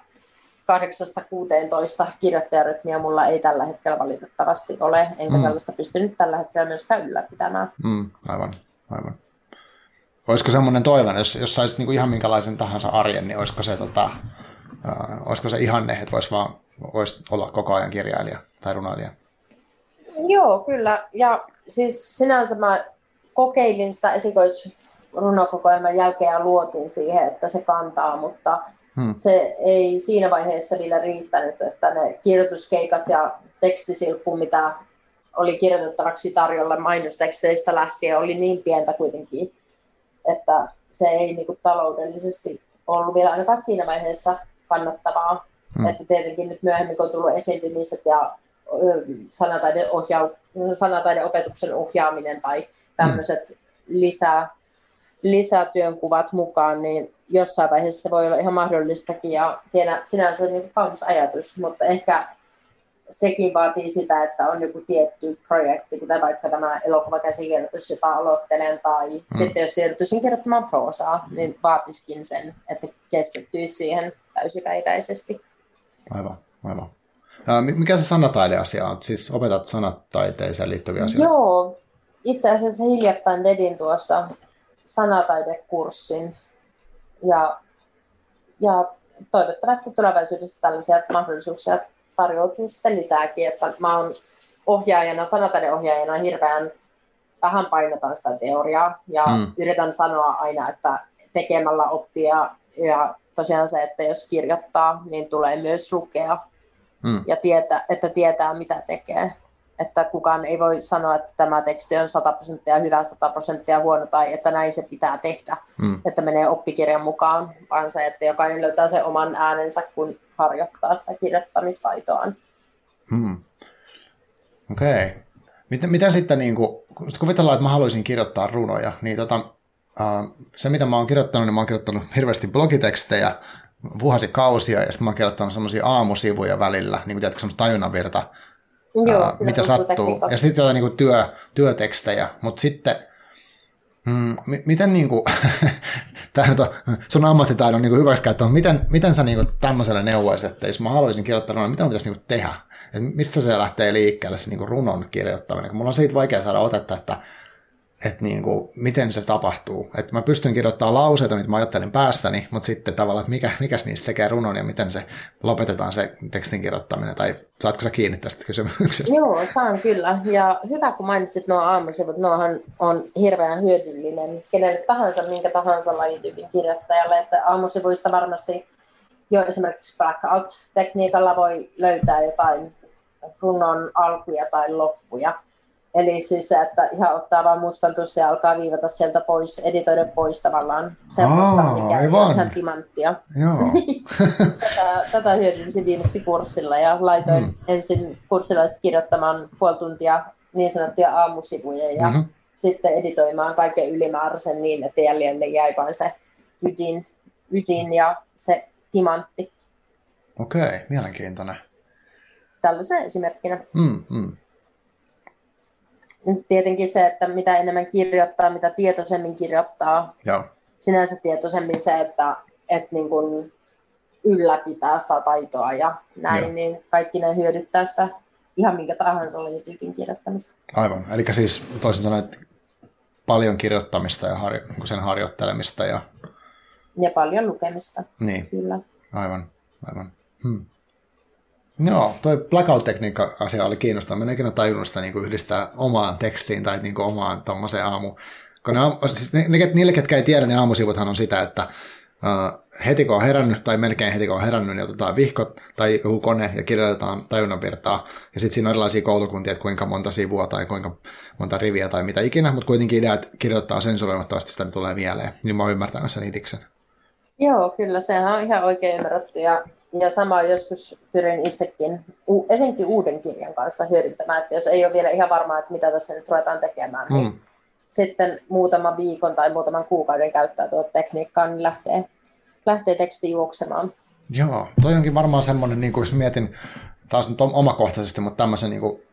8-16 kirjoittajarytmiä mulla ei tällä hetkellä valitettavasti ole, enkä sellaista pystynyt tällä hetkellä myöskään ylläpitämään. Aivan. Olisiko semmoinen toive, jos saisit niinku ihan minkälaisen tahansa arjen, niin olisiko se ihanne, että voisi olla koko ajan kirjailija tai runoilija? Joo, kyllä. Ja siis sinänsä mä kokeilin sitä esikoisrunokokoelman jälkeen ja luotin siihen, että se kantaa, mutta se ei siinä vaiheessa vielä riittänyt, että ne kirjoituskeikat ja tekstisilppu, mitä oli kirjoitettavaksi tarjolla mainosteksteistä lähtien, oli niin pientä kuitenkin, että se ei niinku taloudellisesti ollut vielä ainakaan siinä vaiheessa Että tietenkin nyt myöhemmin, kun on tullut esiintymiset ja sanataideopetuksen ohjaaminen tai tämmöiset lisätyönkuvat mukaan, niin jossain vaiheessa se voi olla ihan mahdollistakin ja sinänsä niin kaunis ajatus, mutta ehkä sekin vaatii sitä, että on joku tietty projekti, kuten vaikka tämä elokuvakäsikirjoitus, jota aloittelen, tai sitten jos siirtyisin kirjoittamaan proosaa, niin vaatisikin sen, että keskittyisi siihen täysipäiväisesti. Aivan. Mikä se sanataideasia on? Siis opetat sanataiteeseen liittyviä asioita? Joo, itse asiassa hiljattain vedin tuossa sanataidekurssin ja toivottavasti tulevaisuudessa tällaisia mahdollisuuksia tarjoutuu sitten lisääkin, että mä oon sanataideohjaajana hirveän vähän painotan sitä teoriaa ja yritän sanoa aina, että tekemällä oppia ja tosiaan se, että jos kirjoittaa, niin tulee myös lukea ja tietää mitä tekee. Että kukaan ei voi sanoa, että tämä teksti on 100% hyvä, 100% huono tai että näin se pitää tehdä, että menee oppikirjan mukaan, vaan se, että jokainen löytää sen oman äänensä, kun harjoittaa sitä kirjoittamistaitoaan. Okei. Miten sitten, niin kuvitellaan, että mä haluaisin kirjoittaa runoja, niin se mitä mä oon kirjoittanut, niin mä oon kirjoittanut hirveästi blogitekstejä, vuosikausia, ja sitten mä oon kirjoittanut semmoisia aamusivuja välillä, niin kuin tiedätkö, semmoista tajunnanvirta, mitä sattuu. Ja sitten jotain niin työtekstejä, mutta sitten, miten niin kuin, tämä nyt on sun ammattitaidon niin hyväksikäyttö, miten sä niin tämmöiselle neuvoisit, että jos mä haluaisin kirjoittaa runoja, mitä mä pitäisi niin tehdä? Et mistä se lähtee liikkeelle se niin runon kirjoittaminen? Kun mulla on siitä vaikea saada otetta, että niin kuin, miten se tapahtuu. Että mä pystyn kirjoittamaan lauseita, mitä mä ajattelin päässäni, mutta sitten tavallaan, että mikäs niistä tekee runon ja miten se lopetetaan se tekstin kirjoittaminen, tai saatko sä kiinni tästä kysymyksestä? Joo, saan kyllä. Ja hyvä, kun mainitsit nuo aamusivut, nuohan on hirveän hyödyllinen kenelle tahansa, minkä tahansa lajityypin kirjoittajalle, että aamusivuista varmasti jo esimerkiksi blackout-tekniikalla voi löytää jotain runon alkuja tai loppuja. Eli siis se, että ihan ottaa vaan mustan tussin ja alkaa viivata sieltä pois, editoida pois tavallaan semmoista, mikä on ihan timanttia. Tätä hyödynsin viimeksi kurssilla ja laitoin ensin kurssilaiset kirjoittamaan puoli tuntia niin sanottuja aamusivuja ja sitten editoimaan kaiken ylimääräisen niin, että jäljelle jäi vain se ydin ja se timantti. Okei, mielenkiintoinen. Tällaisen esimerkkinä. Tietenkin se, että mitä enemmän kirjoittaa, mitä tietoisemmin kirjoittaa. Joo. Sinänsä tietoisemmin se, että niin kuin ylläpitää sitä taitoa ja näin, niin kaikki ne hyödyttää sitä ihan minkä tahansa lajityypin kirjoittamista. Aivan, eli siis toisin sanoen, että paljon kirjoittamista ja sen harjoittelemista. Ja paljon lukemista. Niin, kyllä. Aivan. Joo, toi blackout-tekniikka-asia oli kiinnostava. Mä en ikinä tajunnut sitä niin yhdistää omaan tekstiin tai niin omaan tommoseen kun niille, ketkä ei tiedä, niin aamusivuthan on sitä, että heti kun on herännyt, tai melkein heti kun on herännyt, niin otetaan vihkot tai joku kone ja kirjoitetaan tajunnanvirtaa. Ja sitten siinä on erilaisia koulukuntia, että kuinka monta sivua tai kuinka monta riviä tai mitä ikinä, mutta kuitenkin idea, että kirjoittaa sensuroimattomasti, sitä tulee mieleen. Niin mä oon ymmärtänyt sen idiksen. Joo, kyllä, sehän on ihan oikein ymmärretty. Ja samaa joskus pyrin itsekin, etenkin uuden kirjan kanssa hyödyntämään, että jos ei ole vielä ihan varmaa, että mitä tässä nyt ruvetaan tekemään, niin sitten muutaman viikon tai muutaman kuukauden käyttää tuota tekniikkaa, niin lähtee teksti juoksemaan. Joo, toi onkin varmaan semmoinen, niin kuin jos mietin taas nyt omakohtaisesti, mutta tämmöisen niin kuin,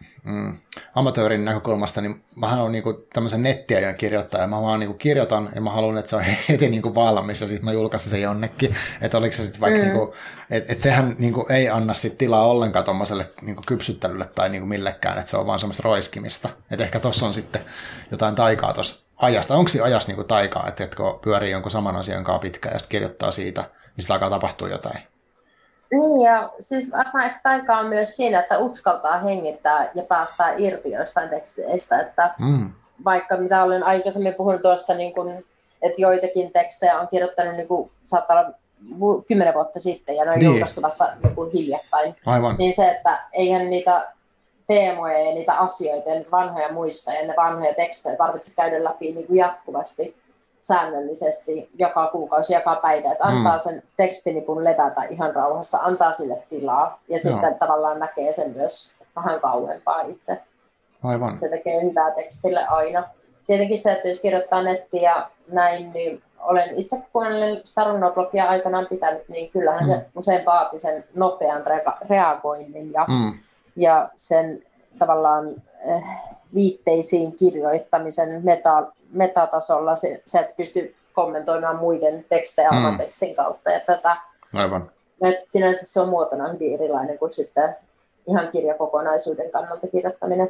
amatöörin näkökulmasta, niin mähän olen niin kuin tämmöisen nettiajan kirjoittaja. Mä vaan niin kuin kirjoitan ja mä haluan, että se on heti niin kuin valmis ja sitten mä julkaisin sen jonnekin. Että oliko se sitten vaikka, niin kuin, että sehän niin kuin ei anna sit tilaa ollenkaan tuommoiselle niin kuin kypsyttelylle tai niin kuin millekään, että se on vaan semmoista roiskimista. Että ehkä tuossa on sitten jotain taikaa tuossa ajasta. Onko siinä ajassa niin kuin taikaa, että kun pyörii jonkun saman asian kanssa pitkään ja sitten kirjoittaa siitä, niin sitä alkaa tapahtua jotain? Niin, ja siis varmaan ehkä taika on myös siinä, että uskaltaa hengittää ja päästää irti joistain teksteistä, että vaikka mitä olen aikaisemmin puhunut tuosta, niin kun, että joitakin tekstejä on kirjoittanut niin kun, saattaa olla 10 vuotta sitten ja ne on julkaistu vasta niin hiljattain, Aivan. Niin se, että eihän niitä teemoja ja niitä asioita ja niitä vanhoja muista ja ne vanhoja tekstejä tarvitse käydä läpi niin kuin jatkuvasti. Säännöllisesti joka kuukausi, joka päivä, että antaa sen tekstinipun levätä ihan rauhassa, antaa sille tilaa ja sitten tavallaan näkee sen myös vähän kauempaa itse. Aivan. Se tekee hyvää tekstille aina. Tietenkin se, että jos kirjoittaa nettiä ja näin, niin olen itse kun olen sitä runoblogia aikanaan pitänyt, niin kyllähän se usein vaati sen nopean reagoinnin ja sen tavallaan viitteisiin kirjoittamisen metatasolla, se että pystyy kommentoimaan muiden tekstejä oman tekstin kautta. Ja Aivan. Sinänsä se on muotona hyvin erilainen kuin sitten ihan kirjakokonaisuuden kannalta kirjoittaminen.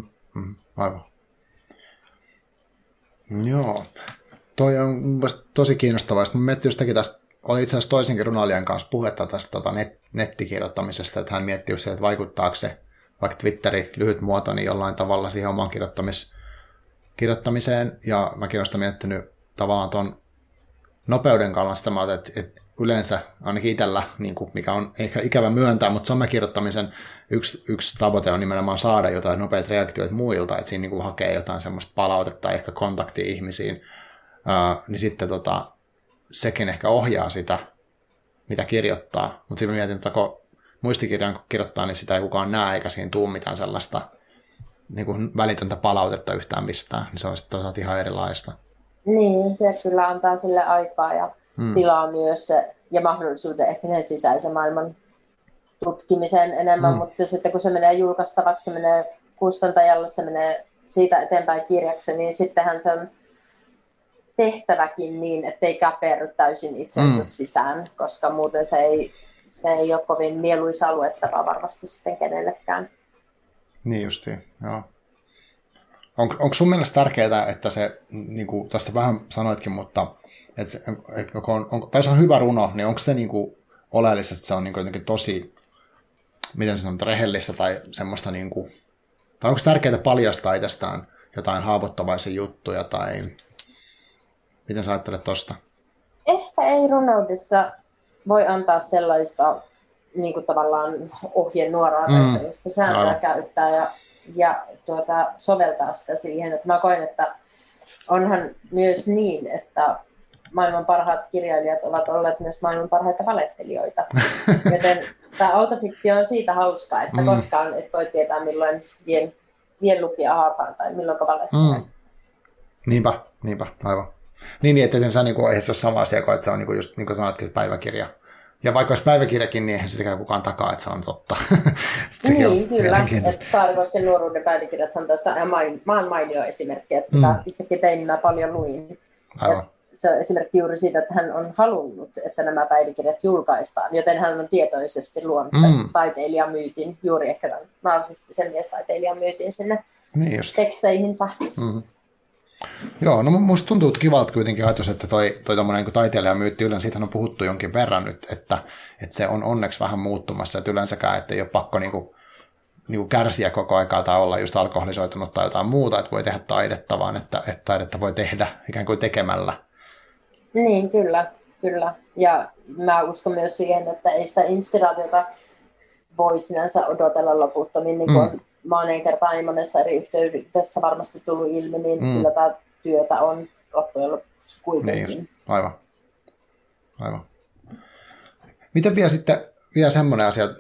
Aivan. Joo. Toi on tosi kiinnostavaa. Sitten miettii jostakin tästä, oli itse asiassa toisenkin runoilijan kanssa puhetta tästä nettikirjoittamisesta, että hän miettii just, että vaikuttaako se vaikka Twitterin lyhyt muoto niin jollain tavalla siihen omaan kirjoittamiseen. Ja mäkin olen sitä miettinyt tavallaan tuon nopeuden kannalta mä otan, että yleensä ainakin itsellä, niin kuin, mikä on ehkä ikävä myöntää, mutta somekirjoittamisen yksi tavoite on nimenomaan saada jotain nopeita reaktioita muilta, että siinä niin kuin hakee jotain semmoista palautetta, ehkä kontaktia ihmisiin, niin sitten sekin ehkä ohjaa sitä, mitä kirjoittaa. Mutta sitten mietin, että kun muistikirjan kun kirjoittaa, niin sitä ei kukaan näe, eikä siinä tule mitään sellaista niin kuin välitöntä palautetta yhtään mistään, niin se on sitten toisaalta ihan erilaista. Niin, se kyllä antaa sille aikaa ja tilaa myös ja mahdollisuuden ehkä sen sisäisen maailman tutkimiseen enemmän, mutta sitten kun se menee julkaistavaksi, se menee kustantajalle, se menee siitä eteenpäin kirjaksi, niin sittenhän se on tehtäväkin niin, ettei käperry täysin itsensä sisään, koska muuten se ei ole kovin mieluisa luettavaa varmasti sitten kenellekään. Niin justiin, joo. Onko sun mielestä tärkeää, että se, niin kuin tästä vähän sanoitkin, mutta tai se on hyvä runo, niin onko se niin kuin oleellista, että se on niin kuin jotenkin tosi, miten se sanoo, rehellistä tai semmoista, niin kuin, tai onko tärkeää paljastaa itsestään jotain haavoittavaisia juttuja, tai miten sä ajattelet tosta? Ehkä ei runoudessa voi antaa sellaista niin kuin tavallaan ohjenuoraa tai sellaista sääntöä käyttää ja soveltaa sitä siihen. Että mä koen, että onhan myös niin, että maailman parhaat kirjailijat ovat olleet myös maailman parhaita valehtelijoita. Joten tämä autofiktio on siitä hauskaa, että koskaan et voi tietää, milloin vien lukija harhaan tai milloin valehtelen. Niinpä, aivan. Niin, että sä niinku, ei se ole sama asia kuin, että se on niinku just niin kuin sanotkin, se päiväkirja. Ja vaikka olisi päiväkirjakin, niin eihän sitäkään kukaan takaa, että se on totta. Niin, kyllä. Saarikosken nuoruuden päiväkirjathan tästä maan mainio esimerkki, että itsekin teininä paljon luin. Se on esimerkki juuri siitä, että hän on halunnut, että nämä päiväkirjat julkaistaan, joten hän on tietoisesti luonut sen taiteilijamyytin, juuri ehkä tämän narsistisen miestaiteilijamyytin sinne teksteihinsä. Joo, no musta tuntuu kivalta kuitenkin ajatus, että toi tommoinen niin taiteilijamyytti, yleensä siitä on puhuttu jonkin verran nyt, että se on onneksi vähän muuttumassa, että yleensäkään, että ei ole pakko niinku kärsiä koko aikaa tai olla just alkoholisoitunut tai jotain muuta, että voi tehdä taidetta, vaan että taidetta voi tehdä ikään kuin tekemällä. Niin, kyllä. Ja mä uskon myös siihen, että ei sitä inspiraatiota voi sinänsä odotella loputtomiin, niin kuin moneen kertaan monessa eri yhteydessä varmasti tullut ilmi, niin kyllä tämä työtä on loppujen lopuksi kuitenkin. Niin, aivan. Miten vielä semmoinen asia,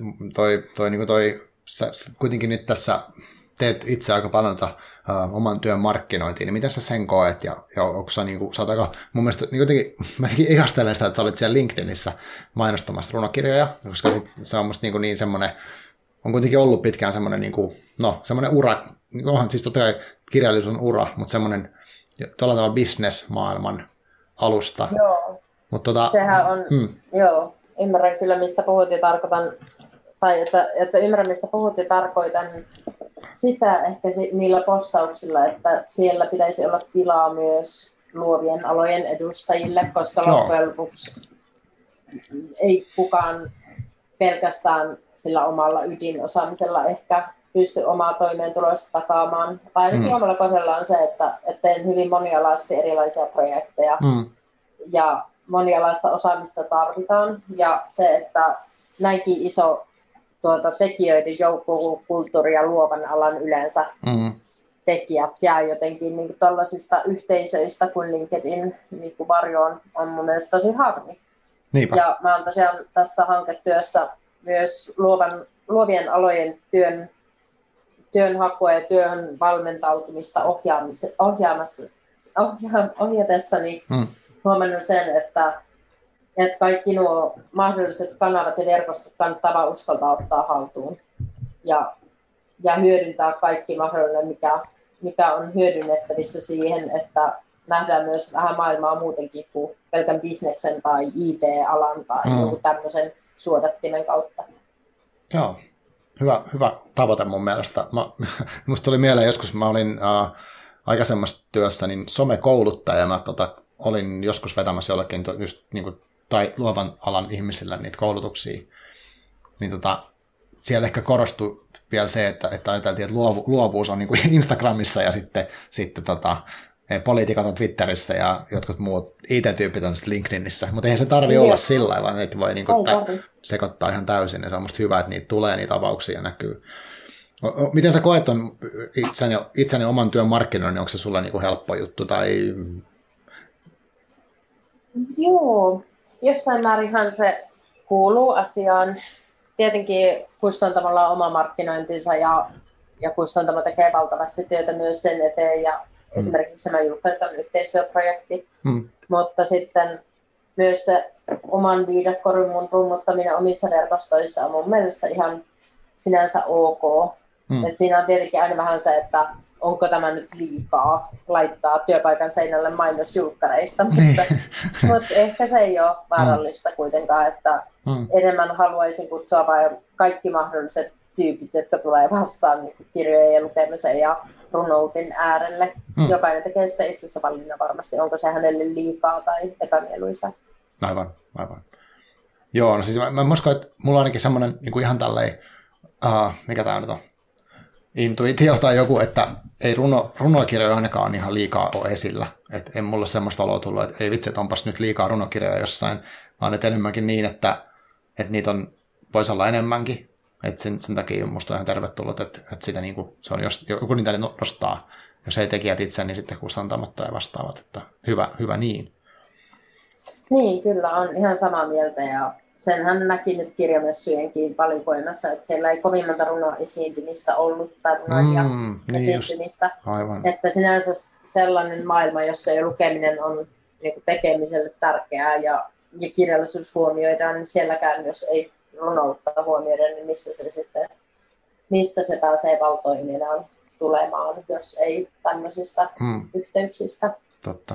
sä kuitenkin nyt tässä teet itse aika paljon oman työn markkinointiin, niin miten sä sen koet, ja onko sä, sä oot aika, mun mielestä, mä jotenkin ihastelen sitä, että sä olit siellä LinkedInissä mainostamassa runokirjoja, koska se on musta niin semmoinen, on kuitenkin ollut pitkään semmoinen, semmoinen ura, onhan siis totta kai kirjallisuus on ura, mutta semmoinen tuolla tavalla business-maailman alusta. Joo, sehän on, ymmärrän kyllä mistä puhut ja tarkoitan, tai että ymmärrän mistä puhut ja tarkoitan sitä ehkä niillä postauksilla, että siellä pitäisi olla tilaa myös luovien alojen edustajille, koska loppujen lopuksi ei kukaan pelkästään sillä omalla ydinosaamisella ehkä pysty omaa toimeentulosta takaamaan. Tai ainakin omalla kohdalla on se, että teen hyvin monialaisesti erilaisia projekteja ja monialaista osaamista tarvitaan. Ja se, että näinkin iso tekijöiden joukko, kulttuuri- ja luovan alan yleensä tekijät jää jotenkin niin tuollaisista yhteisöistä kuin LinkedIn niin kuin varjoon on mun mielestä tosi harmi. Niinpä. Ja mä oon tosiaan tässä hanketyössä myös luovien alojen työnhakua ja työhön valmentautumista ohjatessani huomannut sen, että kaikki nuo mahdolliset kanavat ja verkostot kannattaa vaan uskaltaa ottaa haltuun ja hyödyntää kaikki mahdollinen, mikä on hyödynnettävissä siihen, että nähdään myös vähän maailmaa muutenkin kuin pelkän bisneksen tai IT-alan tai joku tämmöisen suodattimen kautta. Joo, hyvä tavoite mun mielestä. Musta tuli mieleen joskus, mä olin aikaisemmassa työssä niin somekouluttaja, ja mä olin joskus vetämässä jollekin just niin kuin, tai luovan alan ihmisille niitä koulutuksia, niin siellä ehkä korostui vielä se, että ajateltiin, että luovuus on niin kuin Instagramissa ja sitten poliitikot on Twitterissä ja jotkut muut IT-tyypit on sitten LinkedInissä, mutta eihän se tarvitse olla sillä lailla, vaan niitä voi niinku sekoittaa ihan täysin, ja se on musta hyvä, että niitä tulee, niitä avauksia ja näkyy. Miten sä koet on itseni oman työn markkinoinnin, onko se sulla niinku helppo juttu? Tai... Joo, jossain määrinhan se kuuluu asiaan. Tietenkin kustantamalla on oma markkinointinsa ja kustantamo tekee valtavasti työtä myös sen eteen ja esimerkiksi mä julkaisen yhteistyöprojekti, mutta sitten myös se oman viidakkorummun rummuttaminen omissa verkostoissa on mun mielestä ihan sinänsä ok. Et siinä on tietenkin aina vähän se, että onko tämä nyt liikaa laittaa työpaikan seinälle mainosjulkkareista, mutta ehkä se ei ole vaarallista kuitenkaan, että enemmän haluaisin kutsua vain kaikki mahdolliset tyypit, jotka tulee vastaan niin kirjojen ja lukemisen ja runoutin äärelle. Jokainen tekee sitä itsessä valinnan varmasti, onko se hänelle liikaa tai epämieluisa. Aivan. Joo, no siis mä uskon, että mulla on ainakin semmoinen niin ihan tälleen, mikä tämä nyt on, intuitio tai joku, että ei runokirjoja ainakaan ihan liikaa ole esillä. Että ei mulla semmoista oloa tullut, että ei vitsi, että onpas nyt liikaa runokirjoja jossain, vaan nyt enemmänkin niin, että niitä voisi olla enemmänkin. Että sen takia musta on ihan tervetullut, että sitä niinku, se on, jos joku niitä nostaa, jos ei tekijät itse, niin sitten kustantamatta ja vastaavat, että hyvä niin. Niin, kyllä on ihan samaa mieltä ja senhän näki nyt kirjamessujenkin valikoimassa, että siellä ei kovin monta runoesiintymistä ollut tai runoja esiintymistä. Aivan. Että sinänsä sellainen maailma, jossa jo lukeminen on niin tekemiselle tärkeää ja kirjallisuus huomioidaan, niin sielläkään jos ei runoutta huomioida, niin mistä se pääsee valtoiminaan tulemaan, jos ei tämmöisistä yhteyksistä. Totta.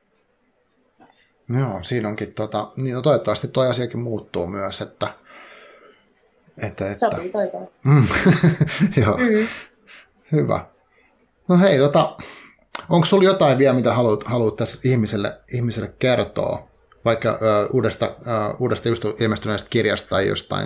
Joo, siinä onkin, niin no toivottavasti tuo asiakin muuttuu myös, että... Sopii toivoa. Joo, hyvä. No hei, onko sulla jotain vielä, mitä haluat tässä ihmiselle kertoa, vaikka uudesta just ilmestyneestä kirjasta tai jostain,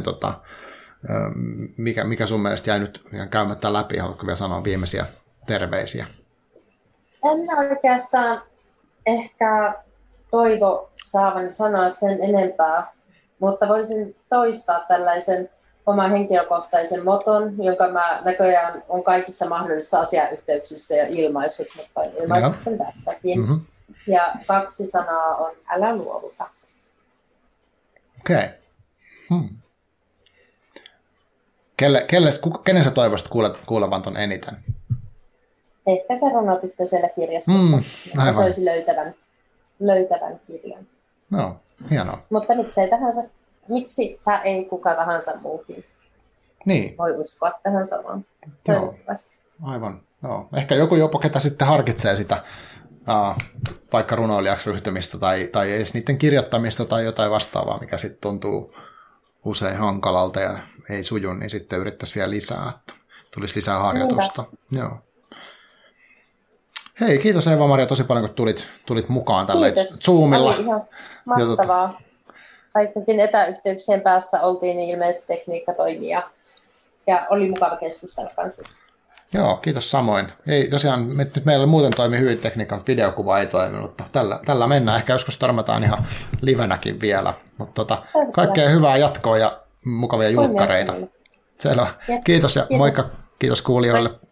mikä sun mielestä jäi nyt käymättä läpi, haluatko vielä sanoa viimeisiä terveisiä? En oikeastaan ehkä toivo saavani sanoa sen enempää, mutta voisin toistaa tällaisen oman henkilökohtaisen moton, jonka mä näköjään on kaikissa mahdollisissa asiayhteyksissä jo ilmaissut, mutta voin ilmaista sen tässäkin. Ja 2 sanaa on älä luovuta. Okei. Kenen sä toivoisit kuulevan ton eniten? Ehkä se runotyttö siellä kirjastossa. Se olisi löytävän kirjan. No, hienoa. Mutta miksipä ei kuka tahansa muukin voi uskoa tähän samaan. Toivottavasti. Aivan. Joo. Ehkä joku ketä sitten harkitsee sitä vaikka runoilijaksi ryhtymistä tai edes niiden kirjoittamista tai jotain vastaavaa, mikä sitten tuntuu usein hankalalta ja ei suju, niin sitten yrittäisi vielä lisää, että tulisi lisää harjoitusta. Joo. Hei, kiitos Eeva-Maria tosi paljon, kun tulit mukaan tälle Zoomilla. Oli ihan mahtavaa. Vaikkakin etäyhteyksien päässä oltiin, niin ilmeisesti tekniikka toimii ja oli mukava keskustella kanssasi. Joo, kiitos samoin. Ei tosiaan, nyt meillä muuten toimii hyvin tekniikka, mutta videokuva ei toiminut, mutta tällä mennään. Ehkä joskus törmätään ihan livenäkin vielä. Mutta kaikkea hyvää jatkoa ja mukavia julkkareita. Selvä. Kiitos ja moikka. Kiitos kuulijoille.